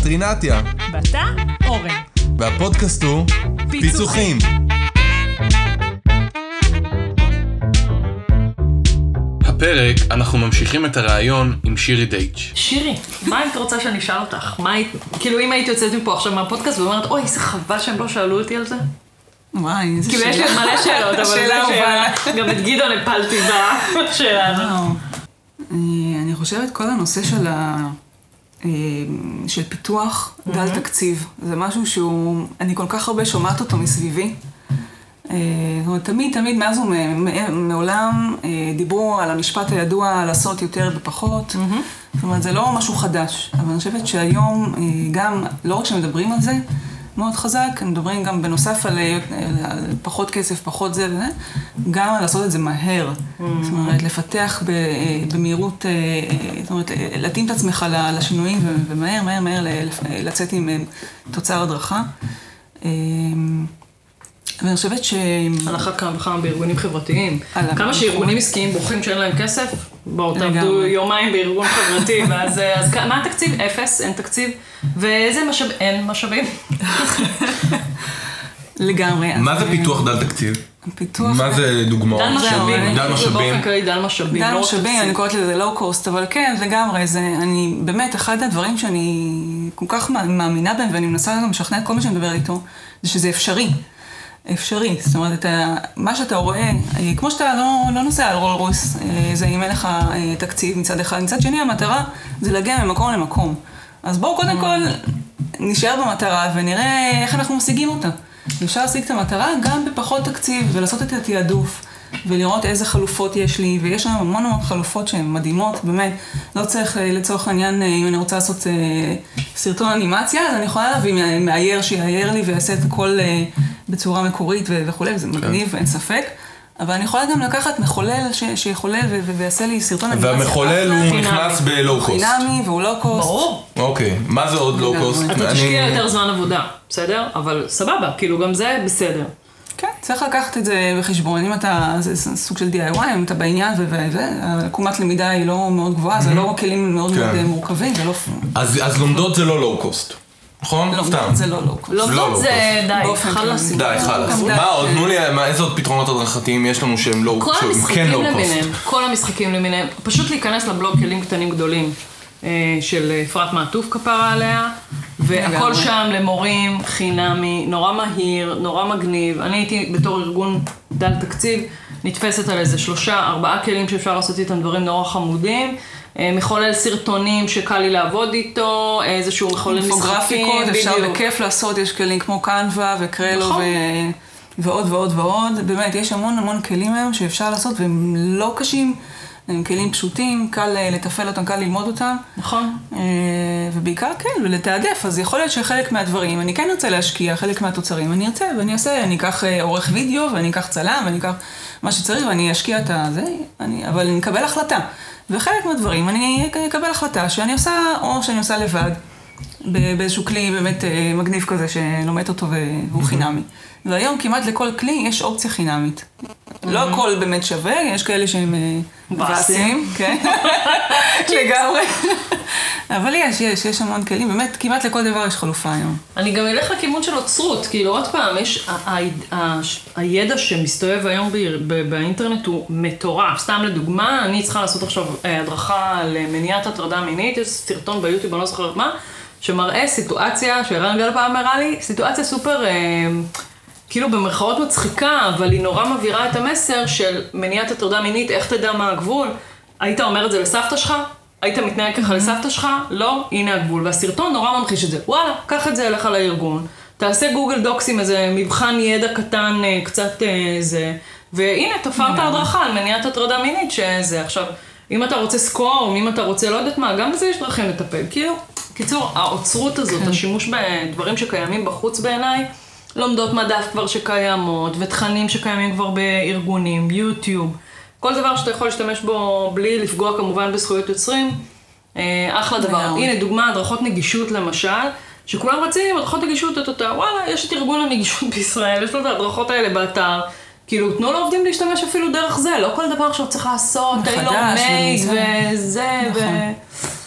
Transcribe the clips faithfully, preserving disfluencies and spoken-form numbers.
את רינתיה. ואתה אורן. והפודקאסט הוא פיצוחים. הפרק אנחנו ממשיכים את הרעיון עם שירי דייץ'. שירי, מה היית רוצה שאני אשאל אותך? מה היית, כאילו אם היית יוצאת מפה עכשיו מהפודקאסט ואומרת, אוי, זה חבל שהם לא שאלו אותי על זה? וואי, איזה שאלה. כאילו יש לי מלא שאלות, אבל זה שאלה, גם את גדעון הפלתי בשאלה. אני חושבת כל הנושא של ה... של פיתוח דל תקציב, זה משהו שהוא, אני כל כך הרבה שומעת אותו מסביבי. זאת אומרת, תמיד, תמיד, מאז ומעולם דיברו על המשפט הידוע לעשות יותר בפחות. זאת אומרת, זה לא משהו חדש, אבל אני חושבת שהיום גם, לא רק שמדברים על זה, מאוד חזק, מדברים גם בנוסף על פחות כסף, פחות זה וזה, גם על לעשות את זה מהר. זאת אומרת, לפתח במהירות, זאת אומרת, להתאים את עצמך לשינויים ומהר, מהר, מהר לצאת עם תוצר הדרכה. ואני חושבת ש... על אחת כמה וכמה בארגונים חברתיים. כמה שארגונים עסקיים בורחים שאין להם כסף, בואו תעבדו יומיים בארגון חברתי, ואז מה התקציב? אפס, אין תקציב, ואיזה משאב... אין משאבים. לגמרי. מה זה פיתוח דל תקציב? פיתוח... מה זה דוגמאות? דל משאבים. דל משאבים. באופן כללי דל משאבים. דל משאבים, אני קוראת לזה לואו קוסט, אבל כן, לגמרי, זה, אני, באמת, אחד הדברים שאני כל כך מאמינה בהם, ואני מנסה גם לשכנע את כל מי שמדבר איתו, זה שזה אפשרי. אפשרי, זאת אומרת, אתה, מה שאתה רואה, כמו שאתה לא, לא נוסע על רול רויס, זה אם אין לך תקציב מצד אחד, מצד שני המטרה זה להגיע ממקום למקום. אז בואו קודם כל נשאר במטרה ונראה איך אנחנו משיגים אותה. אפשר להשיג את המטרה גם בפחות תקציב ולעשות את התיעדוף ולראות איזה חלופות יש לי, ויש לנו המון המון חלופות שהן מדהימות, באמת, לא צריך לצורך העניין, אם אני רוצה לעשות סרטון אנימציה, אז אני יכולה להביא מאייר שיאייר לי ויעשה את הכל בצורה מקורית וכו', וזה מגניב, אין ספק. אבל אני יכולה גם לקחת מחולל שיחולל ויעשה לי סרטון אנימציה. והמחולל הוא נכנס בלואו-קוסט. חינמי והוא לואו-קוסט. ברור. אוקיי, מה זה עוד לואו-קוסט? אתה תשקיע יותר זמן עבודה, בסדר? אבל סבבה, כאילו גם זה בסדר. כן, צריך לקחת את זה בחשבון. אם אתה, זה סוג של די איי וואי, אם אתה בעניין והקומת למידה היא לא מאוד גבוהה, זה לא כלים מאוד מאוד מורכבים, זה לא... אז לומדות זה לא לואו-קוסט. נכון? לומדות זה לא לואו-קוסט. לומדות זה די, חלס. די, חלס. מה עוד? תנו לי, איזה עוד פתרונות הדרכתיים יש לנו שהם לא... כל המשחקים למיניהם, כל המשחקים למיניהם, פשוט להיכנס לבלוג כלים קטנים גדולים של אפרת מעטוף כפרה עליה, והכל שם למורים, חינמי, נורא מהיר, נורא מגניב. אני הייתי בתור ארגון דל תקציב, נתפסת על איזה שלושה, ארבעה כלים שאפשר לעשות איתם דברים נורא חמודים, מחולל סרטונים שקל לי לעבוד איתו, איזשהו מחולל משחקים. אינפוגרפיקות, אפשר בכיף לעשות, יש כלים כמו קנווה וקרלו ו... ועוד ועוד ועוד. באמת, יש המון המון כלים היום שאפשר לעשות, והם לא קשים, הם כלים פשוטים, קל לתפעל אותם, קל ללמוד אותם. נכון. ובעיקר כן, ולתעדף. אז יכול להיות שחלק מהדברים, אני כן רוצה להשקיע, חלק מהתוצרים, אני ארצה ואני אעשה, אני אקח עורך וידאו, ואני אקח צלם, ואני אקח מה שצריך, ואני אשקיע את זה, אני, אבל אני אקבל החלטה. וחלק מהדברים, אני אקבל החלטה שאני עושה, או שאני עושה לבד, באיזשהו כלי באמת מגניב כזה, שלומד אותו והוא חינמי. והיום כמעט לכל כלי יש אופציה חינמית. לא הכל באמת שווה, יש כאלה שהם מבאסים, כן? לגמרי. אבל יש, יש, יש המון כלים, באמת כמעט לכל דבר יש חלופה היום. אני גם אלך לכיוון של אוצרות, כאילו עוד פעם, יש, הידע שמסתובב היום באינטרנט הוא מטורף. סתם לדוגמה, אני צריכה לעשות עכשיו הדרכה למניעת הטרדה מינית, יש סרטון ביוטיוב, אני לא זוכרת מה, שמראה סיטואציה, שערן גל פעם הראה לי, סיטואציה סופר... כאילו במרכאות מצחיקה, אבל היא נורא מבהירה את המסר של מניעת הטרדה מינית, איך תדע מה הגבול? היית אומר את זה לסבתא שלך? היית מתנהג ככה לסבתא שלך? לא, הנה הגבול. והסרטון נורא ממחיש את זה. וואלה, קח את זה אליך לארגון. תעשה גוגל דוקסים, איזה מבחן ידע קטן, קצת זה. והנה, תפרת הדרכה על מניעת הטרדה מינית שזה. עכשיו, אם אתה רוצה סקור, אם אתה רוצה לא יודעת מה, גם בזה יש דרכים לטפל. כאילו, קיצור, האוצרות הזאת, השימוש בדברים שקיימים בחוץ בעיניי, לומדות מדף כבר שקיימות, ותכנים שקיימים כבר בארגונים, יוטיוב, כל דבר שאתה יכול להשתמש בו בלי לפגוע כמובן בזכויות יוצרים, אחלה דבר. הנה דוגמה, הדרכות נגישות למשל, שכולם רצים, הדרכות נגישות את אותה, וואלה, יש את ארגון הנגישות בישראל, יש לו את הדרכות האלה באתר, כאילו, תנו לעובדים להשתמש אפילו דרך זה, לא כל דבר עכשיו צריך לעשות, טיילור מייד וזה, ו...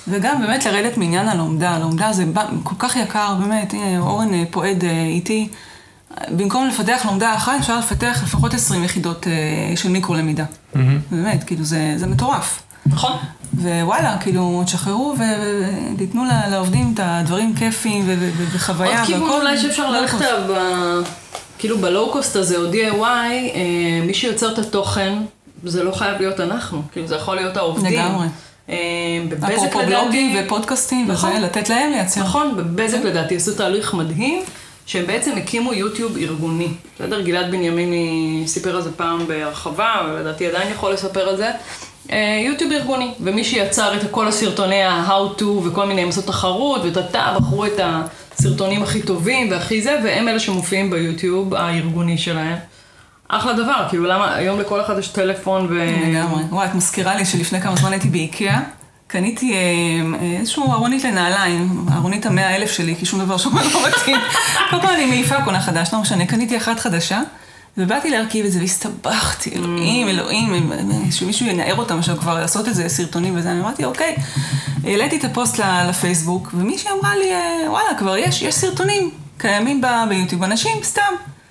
וגם באמת לרדת מעניין הלומדה. הלומדה זה כל כך יקר, באמת, הנה, אורן פועד איתי. במקום לפתח לומדה אחת, אפשר לפתח לפחות עשרים יחידות של מיקרו-למידה. באמת, כאילו, זה מטורף. נכון. ווואלה, כאילו, תשחררו ותיתנו לעובדים את הדברים כיפים וחוויה. עוד כיוון אולי שאפשר ללכת כאילו בלואו-קוסט הזה, או די איי וואי, מי שיוצר את התוכן, זה לא חייב להיות אנחנו, כאילו זה יכול להיות העובדים. לגמרי. אפרופו בלוגים ופודקאסטים, וזה לתת להם לייצר. נכון, בבזק לדעתי עשו תהליך מדהים, שהם בעצם הקימו יוטיוב ארגוני. בסדר, גלעד בנימיני סיפר על זה פעם בהרחבה, ולדעתי עדיין יכול לספר על זה. יוטיוב ארגוני, ומי שיצר את כל הסרטוני ה-how to וכל מיני מסות תחרות, וטטה, בחרו את הסרטונים הכי טובים והכי זה, והם אלה שמופיעים ביוטיוב הארגוני שלהם. אחלה דבר, כאילו למה היום לכל אחד יש טלפון ו... לגמרי. וואי, את מזכירה לי שלפני כמה זמן הייתי באיקאה, קניתי איזשהו ארונית לנעליים, ארונית המאה אלף שלי, כי שום דבר שם לא מתאים. כל פעם אני מעיפה קונה חדש, לא משנה, קניתי אחת חדשה, ובאתי להרכיב את זה והסתבכתי, אלוהים, אלוהים, שמישהו ינער אותם עכשיו כבר לעשות איזה סרטונים וזה, אני אמרתי, אוקיי, העליתי את הפוסט לפייסבוק, ומישהי אמרה לי, וואלה, כבר יש, יש סרטונים קיימים ביוטיוב, אנשים סתם.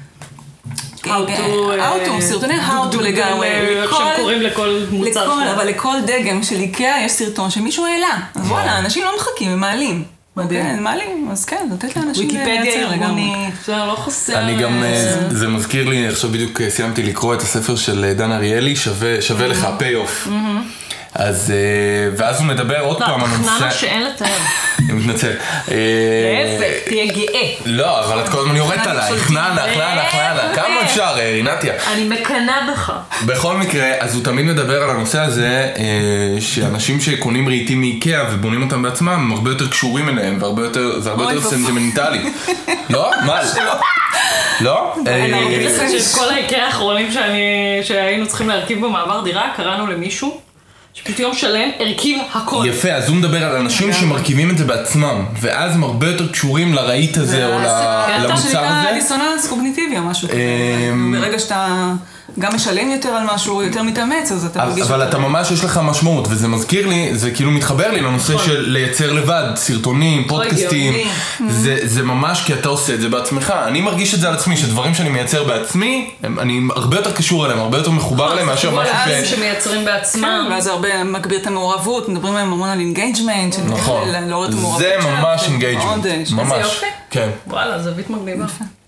How to, סרטוני how to לגמרי. איך שהם קוראים לכל מוצר. אבל לכל דגם של איקאה יש סרטון שמישהו העלה. אז וואלה, אנשים לא מחכים, הם מעלים. הם מעלים, אז כן, לתת לאנשים ויקיפדיה ארגונית, זה לא חסר. אני גם, זה מזכיר לי, עכשיו בדיוק סיימתי לקרוא את הספר של דן אריאלי, שווה לך, pay-off. אז, ואז הוא מדבר עוד פעם על הנושא... לא, תכננה שאין לתאר. אני מתנצל. להפך, תהיה גאה. לא, אבל את כל הזמן יורדת עליי, חננה, חננה, חננה, כמה אפשר, רינתיה? אני מקנה בך. בכל מקרה, אז הוא תמיד מדבר על הנושא הזה, שאנשים שקונים רהיטים מאיקאה ובונים אותם בעצמם, הם הרבה יותר קשורים אליהם, והרבה יותר, זה הרבה יותר סנטימנטלי. לא? מה? לא? אני אגיד לך שאת כל האיקאה האחרונים שהיינו צריכים להרכיב במעבר דירה, קראנו למישהו, שפשוט יום שלם הרכיב הכל. יפה, אז הוא מדבר על אנשים שמרכיבים את זה בעצמם, ואז הם הרבה יותר קשורים לרהיט הזה או למוצר הזה. אתה שנקרא דיסוננס קוגניטיבי או משהו כזה. ברגע שאתה גם משלם יותר על משהו, יותר מתאמץ, אז אתה מרגיש... אבל אתה ממש יש לך משמעות, וזה מזכיר לי, זה כאילו מתחבר לי לנושא של לייצר לבד, סרטונים, פודקאסטים. זה ממש כי אתה עושה את זה בעצמך. אני מרגיש את זה על עצמי, שדברים שאני מייצר בעצמי, אני הרבה יותר קשור אליהם, הרבה יותר מחובר אליהם מאשר משהו ש... שמייצרים בעצמם. ואז זה הרבה מגביר את המעורבות, מדברים עליהם המון על אינגייג'מנט, נכון. זה ממש אינגייג'מנט. ממש. כן. וואלה, זווית מגניבה.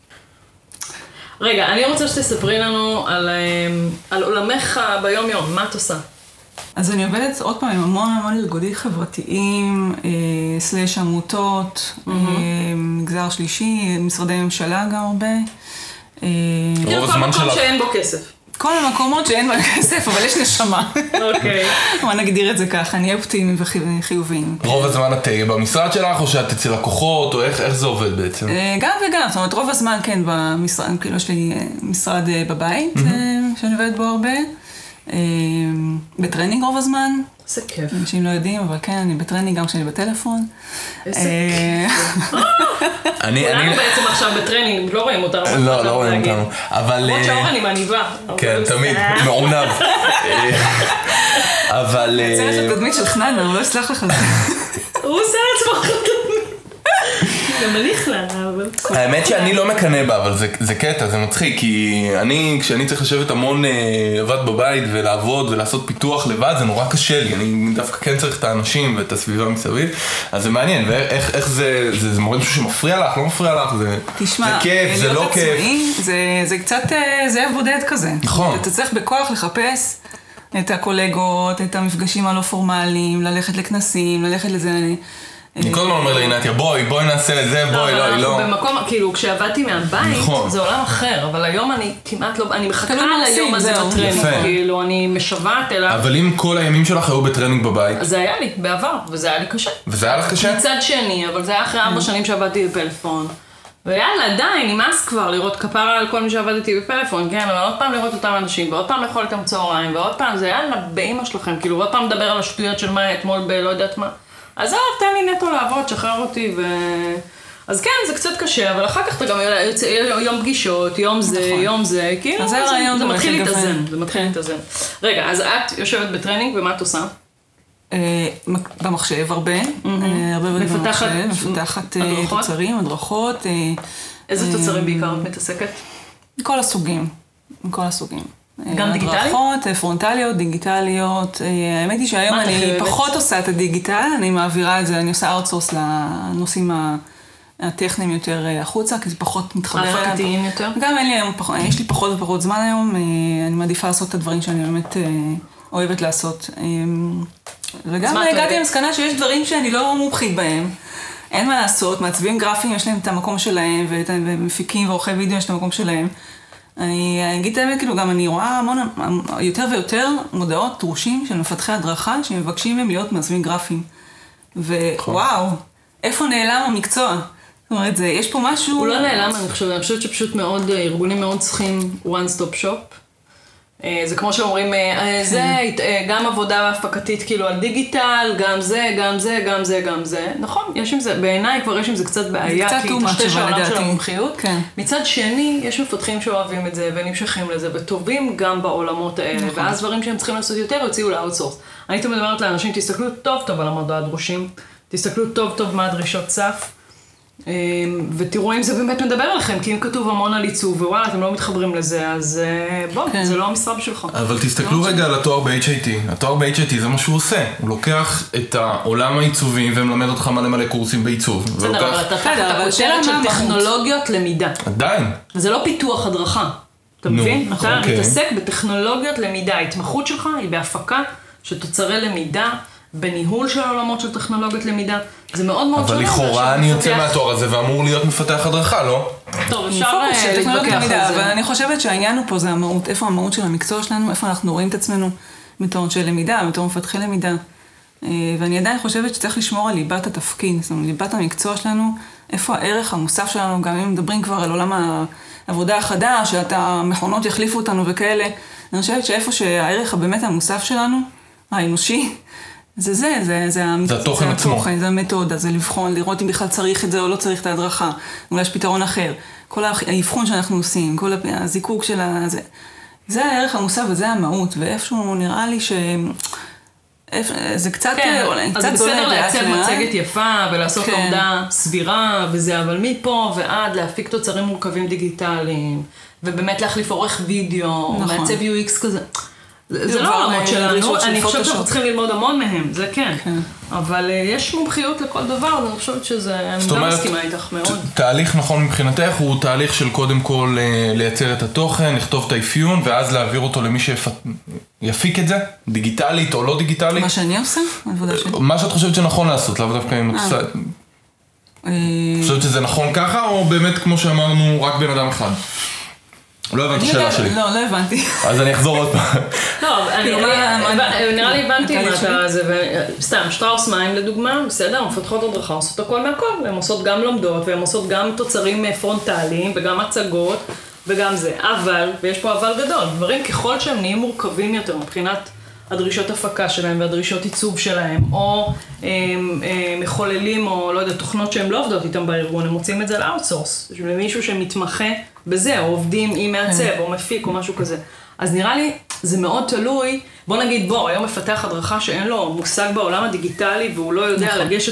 רגע, אני רוצה שתספרי לנו על, על עולמך ביום יום, מה את עושה? אז אני עובדת עוד פעם עם המון המון ארגונים חברתיים, אה, סלש עמותות, mm-hmm. אה, מגזר שלישי, משרדי ממשלה גם הרבה. אה, כאילו כל מקום שלך. שאין בו כסף. כל המקומות שאין בו כסף, אבל יש נשמה. אוקיי. בוא נגדיר את זה ככה, נהיה אופטימיים וחיוביים. רוב הזמן את במשרד שלך, או שאת אצל לקוחות, או איך, איך זה עובד בעצם? גם וגם, זאת אומרת, רוב הזמן כן במשרד, כאילו יש לי משרד בבית, שאני עובדת בו הרבה. בטרנינג רוב הזמן. זה כיף. אנשים לא יודעים, אבל כן, אני בטרנינג גם כשאני בטלפון. איזה כיף. כולנו בעצם עכשיו בטרנינג, לא רואים אותנו. לא, לא רואים אותנו. אבל... למרות שהאור אני מעניבה. כן, תמיד, מעונב. אבל... יצא יש תדמית של חננה, הוא לא אסלח לך. הוא עושה לעצמו תדמית. גם אני חננה, אבל... האמת שאני לא מקנה בה, אבל זה קטע, זה מצחיק, כי אני, כשאני צריך לשבת המון לבד בבית ולעבוד ולעשות פיתוח לבד, זה נורא קשה לי. אני דווקא כן צריך את האנשים ואת הסביבה מסביב, אז זה מעניין, ואיך זה, זה מורה משהו שמפריע לך, לא מפריע לך, זה כיף, זה לא כיף. זה קצת זאב בודד כזה. נכון. אתה צריך בכוח לחפש את הקולגות, את המפגשים הלא פורמליים, ללכת לכנסים, ללכת לזה... אני כל הזמן אומר לעינתיה, בואי, בואי נעשה את זה, בואי, לא, היא לא. במקום, כאילו, כשעבדתי מהבית, זה עולם אחר, אבל היום אני כמעט לא, אני מחכה על היום הזה בטרנינג, כאילו, אני משוועת אליו. אבל אם כל הימים שלך היו בטרנינג בבית? אז זה היה לי, בעבר, וזה היה לי קשה. וזה היה לך קשה? מצד שני, אבל זה היה אחרי ארבע שנים שעבדתי בפלאפון. ויאללה, עדיין, נמאס כבר לראות כפרה על כל מי שעבדתי בפלאפון, כן, אבל עוד פעם לראות אותם אנשים, ועוד פעם לאכול איתם צהריים, ועוד פעם, זה יאללה, באמא שלכם, כאילו, ועוד פעם לדבר על השטויות של מה אתמול בלא יודעת מה. אז אהב, תן לי נטו לעבוד, שחרר אותי, ו... אז כן, זה קצת קשה, אבל אחר כך אתה גם יוצא יום פגישות, יום זה, יום זה, כאילו, זה, זה, זה מתחיל להתאזן, זה מתחיל להתאזן. רגע, אז את יושבת בטרנינג, ומה את עושה? במחשב הרבה, הרבה במחשב, מפתחת תוצרים, הדרכות. איזה תוצרים בעיקר את מתעסקת? כל הסוגים, כל הסוגים. גם דיגיטלי? הדרכות, פרונטליות, דיגיטליות. האמת היא שהיום אני פחות עושה את הדיגיטל, אני מעבירה את זה, אני עושה אאוטסורס לנושאים הטכניים יותר החוצה, כי זה פחות מתחבר. ההפקתיים יותר? גם אין לי היום, יש לי פחות ופחות זמן היום, אני מעדיפה לעשות את הדברים שאני באמת אוהבת לעשות. וגם הגעתי למסקנה שיש דברים שאני לא מומחית בהם. אין מה לעשות, מעצבים גרפיים יש להם את המקום שלהם, ומפיקים ועורכי וידאו יש את המקום שלהם. אני אגיד את האמת, כאילו גם אני רואה המון, יותר ויותר מודעות דרושים של מפתחי הדרכה, שמבקשים מהם להיות מעצבים גרפיים. ווואו, איפה נעלם המקצוע? זאת אומרת, יש פה משהו... הוא לא נעלם, אני חושבת, אני חושבת שפשוט מאוד, ארגונים מאוד צריכים one stop shop. זה כמו שאומרים, זה גם עבודה הפקתית כאילו על דיגיטל, גם זה, גם זה, גם זה, גם זה. נכון, יש עם זה, בעיניי כבר יש עם זה קצת בעיה, כי תשתש העולם של המומחיות. מצד שני, יש מפתחים שאוהבים את זה ונמשכים לזה, וטובים גם בעולמות האלה, ואז דברים שהם צריכים לעשות יותר, יוציאו לאוטסורס. אני תמיד אומרת לאנשים, תסתכלו טוב טוב על המדע הדרושים, תסתכלו טוב טוב מה הדרישות סף, ותראו אם זה באמת מדבר עליכם, כי אם כתוב המון על עיצוב, ווואלה, אתם לא מתחברים לזה, אז בוא, זה לא המשרה בשבילך. אבל תסתכלו רגע על התואר ב-אייץ' איי טי. התואר ב-אייץ' איי טי זה מה שהוא עושה. הוא לוקח את העולם העיצובים ומלמד אותך מלא מלא קורסים בעיצוב. בסדר, אבל אתה תחת הכותרת של טכנולוגיות למידה. עדיין. זה לא פיתוח הדרכה. אתה מבין? אתה מתעסק בטכנולוגיות למידה. ההתמחות שלך היא בהפקה של תוצרי למידה, בניהול של העולמות של טכנולוגיות למידה. זה מאוד מאוד שונה. אבל לכאורה אני יוצא מהתואר הזה ואמור להיות מפתח הדרכה, לא? טוב, אפשר להתווכח על זה. אבל אני חושבת שהעניין הוא פה זה המהות, איפה המהות של המקצוע שלנו, איפה אנחנו רואים את עצמנו בתור של למידה, בתור מפתחי למידה. ואני עדיין חושבת שצריך לשמור על ליבת התפקיד, זאת אומרת, ליבת המקצוע שלנו, איפה הערך המוסף שלנו, גם אם מדברים כבר על עולם העבודה החדש, שהמכונות יחליפו אותנו וכאלה. אני חושבת שאיפה שהערך באמת המוסף שלנו, האנושי, זה זה, זה, זה, זה התוכן זה עצמו. התוכן, זה המתודה, זה לבחון, לראות אם בכלל צריך את זה או לא צריך את ההדרכה, אולי יש פתרון אחר. כל האבחון שאנחנו עושים, כל הזיקוק של ה... זה, זה הערך המוסף וזה המהות, ואיפשהו נראה לי ש... זה קצת... כן, אולי, אז זה בסדר לעצב מצגת יפה ולעשות כן. עובדה סבירה וזה, אבל מפה ועד להפיק תוצרים מורכבים דיגיטליים, ובאמת להחליף עורך וידאו, נכון. מעצב יו אקס כזה. זה לא עולמות שלנו, אני חושבת שאנחנו צריכים ללמוד המון מהם, זה כן. אבל יש מומחיות לכל דבר, ואני חושבת שזה, אני גם מסכימה איתך מאוד. תהליך נכון מבחינתך הוא תהליך של קודם כל לייצר את התוכן, לכתוב את האפיון, ואז להעביר אותו למי שיפיק את זה, דיגיטלית או לא דיגיטלית. מה שאני עושה? מה שאת חושבת שנכון לעשות, לאו דווקא אם את עושה... את חושבת שזה נכון ככה, או באמת כמו שאמרנו, רק בן אדם אחד? לא הבנתי שאלה שלי. לא, לא הבנתי. אז אני אחזור עוד פעם. לא, נראה לי הבנתי מה אתה זה, סתם, שטראוס מים לדוגמה, בסדר, מפתחות הדרכה, עושות הכל מהכל, הן עושות גם לומדות, והן עושות גם תוצרים פרונטליים, וגם הצגות, וגם זה. אבל, ויש פה אבל גדול, דברים ככל שהם נהיים מורכבים יותר, מבחינת הדרישות הפקה שלהם והדרישות עיצוב שלהם, או מחוללים, או לא יודע, תוכנות שהן לא עובדות איתם בארגון, הם מוצאים את זה לאוטסורס, למישהו שמתמחה בזה, או עובדים עם מעצב, או מפיק, או משהו כזה. אז נראה לי, זה מאוד תלוי, בוא נגיד, בוא, היום מפתח הדרכה שאין לו מושג בעולם הדיגיטלי, והוא לא יודע לגשת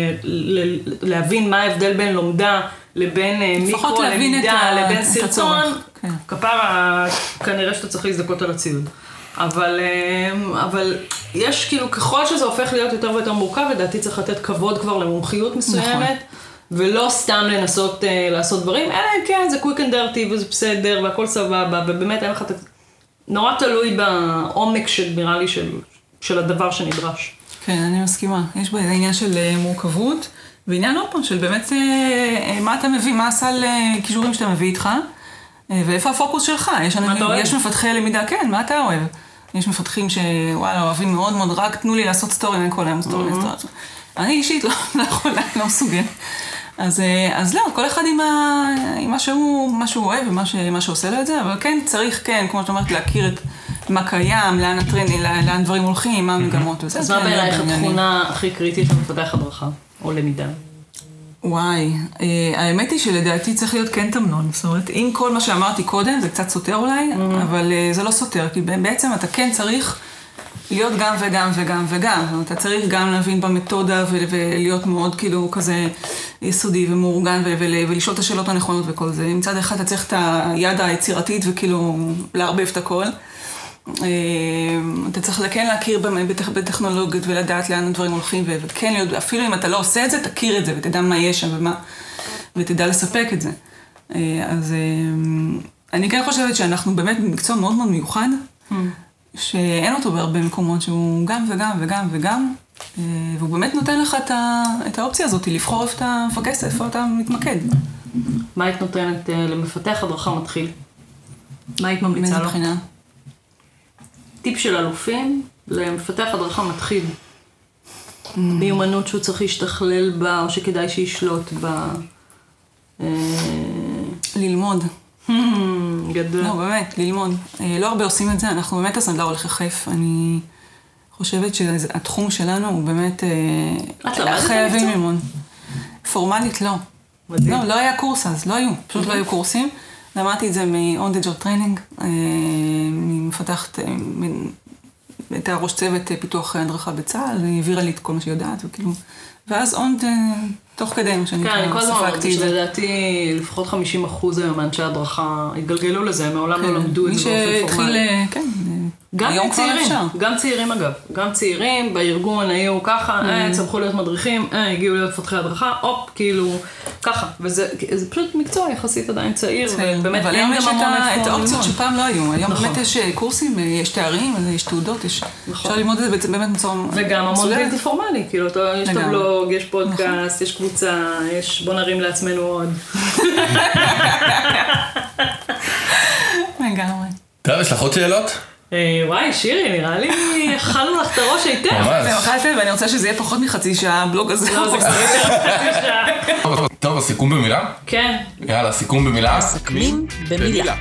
להבין מה ההבדל בין לומדה, לבין מיקרו, למידה, לבין סרטון, כפרה, כנראה שאתה צריך להזדקות על הציוד. אבל, אבל יש כאילו, ככל שזה הופך להיות יותר ויותר מורכב, לדעתי צריך לתת כבוד כבר למומחיות מסוימת, ולא סתם לנסות לעשות דברים, אלא כן, זה quick and dirty וזה בסדר, והכל סבבה, ובאמת אין לך, נורא תלוי בעומק של, נראה לי, של, של הדבר שנדרש. כן, אני מסכימה. יש בו עניין של מורכבות, ועניין לא פעם של באמת, מה אתה מביא, מה הסל קישורים שאתה מביא איתך, ואיפה הפוקוס שלך? יש, יש מפתחי למידה, כן, מה אתה אוהב? יש מפתחים שוואלה, אוהבים מאוד מאוד, רק תנו לי לעשות סטורי, אין כל היום סטורי, סטורי. אני אישית לא יכולה, לא מסוגל. אז, אז לא, כל אחד עם, ה, עם מה שהוא, מה שהוא אוהב ומה שעושה לו את זה, אבל כן צריך, כן, כמו שאת אומרת, להכיר את מה קיים, לאן הטרנד, לאן דברים הולכים, מה המגמות וזה. אז מה בעינייך התכונה הכי קריטית למפתח הדרכה או למידה? וואי, האמת היא שלדעתי צריך להיות כן תמנון, זאת אומרת, אם כל מה שאמרתי קודם, זה קצת סותר אולי, אבל זה לא סותר, כי בעצם אתה כן צריך להיות גם וגם וגם וגם. אתה צריך גם להבין במתודה ולהיות מאוד כאילו כזה יסודי ומאורגן ולשאול את השאלות הנכונות וכל זה. מצד אחד אתה צריך את היד היצירתית וכאילו לערבב את הכל. אתה צריך כן להכיר בטכנולוגיות ולדעת לאן הדברים הולכים וכן להיות, אפילו אם אתה לא עושה את זה, תכיר את זה ותדע מה יש שם ומה, ותדע לספק את זה. אז אני כן חושבת שאנחנו באמת במקצוע מאוד מאוד מיוחד, שאין אותו בהרבה מקומות שהוא גם וגם וגם וגם, והוא באמת נותן לך את האופציה הזאת, לבחור איפה אתה מפקס, איפה אתה מתמקד. מה היית נותנת למפתח הדרכה מתחיל? מה היית ממליצה לו? מאיזה בחינה? טיפ של אלופים למפתח הדרכה מתחיל. מיומנות שהוא צריך להשתכלל בה, או שכדאי שישלוט בה. ללמוד. גדול. לא, באמת, ללמוד. לא הרבה עושים את זה, אנחנו באמת הסנדלר הולך יחף. אני חושבת שהתחום שלנו הוא באמת חייבים ללמוד. פורמלית לא. מדהים. לא, לא היה קורס אז, לא היו. פשוט לא היו קורסים. למדתי את זה מ-on the job training, מפתחת, הייתה ראש צוות פיתוח הדרכה בצה"ל, היא העבירה לי את כל מה שהיא יודעת, וכאילו, ואז on the, תוך כדי מה שאני כן, אני כל הזמן אמרתי שלדעתי לפחות חמישים אחוז היום מאנשי הדרכה התגלגלו לזה, מעולם לא למדו את זה באופן פורמלי. כן, גם צעירים, גם צעירים אגב, גם צעירים בארגון היו ככה, צמחו להיות מדריכים, הגיעו להיות מפתחי הדרכה, הופ, כאילו, ככה, וזה פשוט מקצוע יחסית עדיין צעיר, ובאמת אין גם המון איפה ללמוד. את האופציות שפעם לא היו, היום באמת יש קורסים, יש תארים, יש תעודות, אפשר ללמוד את זה באמת מצור מצוין. וגם המון בלתי פורמלי, כאילו, יש את הבלוג, יש פודקאסט, יש קבוצה, יש בוא נרים לעצמנו עוד. לגמרי. טוב, יש לך עוד שאלות? וואי, שירי, נראה לי אכלנו לך את הראש היטב. זה אכלת, ואני רוצה שזה יהיה פחות מחצי שעה, הבלוג הזה. לא, זה כבר חצי שעה. טוב, הסיכום במילה? כן. יאללה, סיכום במילה. מסכמים במילה.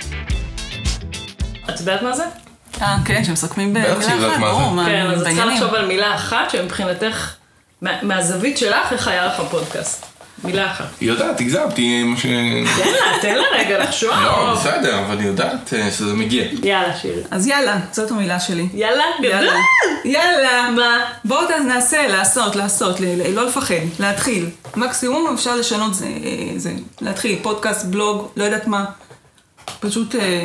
את יודעת מה זה? אה, כן, שמסכמים במילה בטח שהיא יודעת אחת, מה זה. ברור, מה, כן, אז את צריכה בעניינים. לחשוב על מילה אחת שמבחינתך, מה- מהזווית שלך, איך היה לך פודקאסט. מילה אחת. היא יודעת, הגזמתי מה ש... תן לה, תן לה רגע לחשוב. לא, בסדר, אבל היא יודעת אה, שזה מגיע. יאללה, שירי. אז יאללה, זאת המילה שלי. יאללה, גדול. יאללה. מה? בואו נעשה, לעשות, לעשות, ל- ל- לא לפחד, להתחיל. מקסימום אפשר לשנות זה, זה, להתחיל, פודקאסט, בלוג, לא יודעת מה. פשוט אה,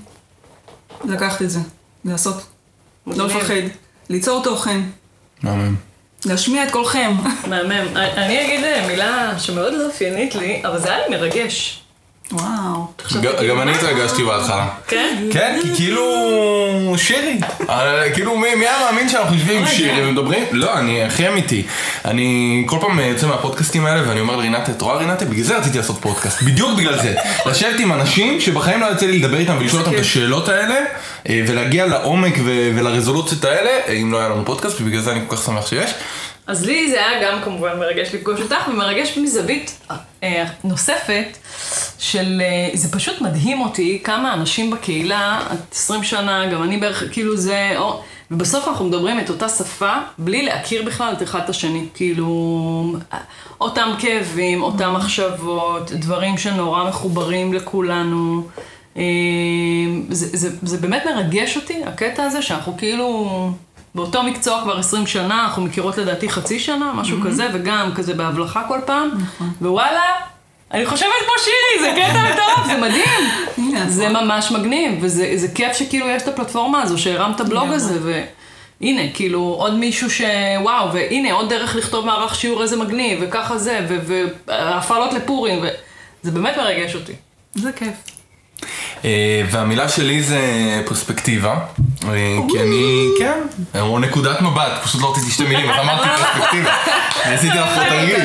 לקחת את זה, לעשות, לא מגניב. לפחד, ליצור תוכן, מהמם. להשמיע את קולכם. מהמם. אני אגיד מילה שמאוד לא אופיינית לי, אבל זה היה לי מרגש. וואו. ג- גם אני התרגשתי בהתחלה. כן? כן, כי כאילו שירי. אה, כאילו מי מי היה מאמין שאנחנו יושבים עם שירי ומדברים? לא, אני הכי אמיתי. אני כל פעם יוצא מהפודקאסטים האלה ואני אומר לרינת, את רואה רינת? בגלל זה רציתי לעשות פודקאסט. בדיוק בגלל זה. לשבת עם אנשים שבחיים לא יוצא לי לדבר איתם ולשאול אותם את השאלות האלה אה, ולהגיע לעומק ו- ולרזולוציות האלה, אה, אם לא היה לנו פודקאסט, ובגלל זה אני כל כך שמח שיש. אז לי זה היה גם כמובן מרגש לפגוש אותך, ומרגש מזווית אה, נוספת של, אה, זה פשוט מדהים אותי כמה אנשים בקהילה, את עשרים שנה, גם אני בערך, כאילו זה, או, ובסוף אנחנו מדברים את אותה שפה, בלי להכיר בכלל את אחד את השני, כאילו, אותם כאבים, אותם מחשבות, דברים שנורא מחוברים לכולנו, אה, זה, זה, זה באמת מרגש אותי, הקטע הזה שאנחנו כאילו... באותו מקצוע כבר עשרים שנה, אנחנו מכירות לדעתי חצי שנה, משהו כזה, וגם כזה בהבלחה כל פעם. ווואלה, אני חושבת כמו שירי, זה קטע מטורף, זה מדהים. זה ממש מגניב, וזה זה כיף שכאילו יש את הפלטפורמה הזו, שהרמת את הבלוג הזה, והנה, כאילו עוד מישהו ש... וואו, והנה עוד דרך לכתוב מערך שיעור איזה מגניב, וככה זה, והפעלות לפורים, וזה באמת מרגש אותי. זה כיף. והמילה שלי זה פרספקטיבה, כי אני, כן, או נקודת מבט, פשוט לא רציתי שתי מילים, אז אמרתי פרספקטיבה, עשיתי לך פה תרגיל.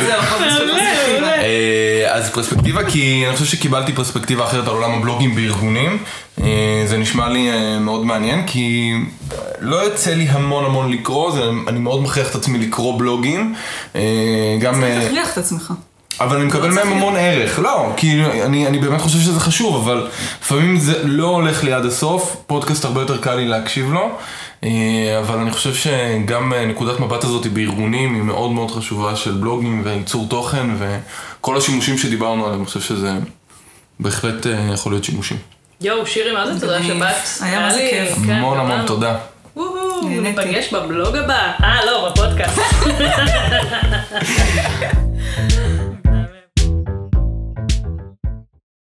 אז פרספקטיבה, כי אני חושב שקיבלתי פרספקטיבה אחרת על עולם הבלוגים בארגונים, זה נשמע לי מאוד מעניין, כי לא יוצא לי המון המון לקרוא, אני מאוד מכריח את עצמי לקרוא בלוגים, גם... תכריח את עצמך. אבל אני מקבל מהם המון ערך, לא, כי אני, אני באמת חושב שזה חשוב, אבל לפעמים זה לא הולך לי עד הסוף, פודקאסט הרבה יותר קל לי להקשיב לו, אבל אני חושב שגם נקודת מבט הזאת בארגונים היא מאוד מאוד חשובה של בלוגים וייצור תוכן, וכל השימושים שדיברנו עליהם, אני חושב שזה בהחלט יכול להיות שימושים. יואו, שירי, מה זה תודה שבאת? היה מה זה כיף. המון המון תודה. נהניתי. ניפגש בבלוג הבא. אה, לא, בפודקאסט.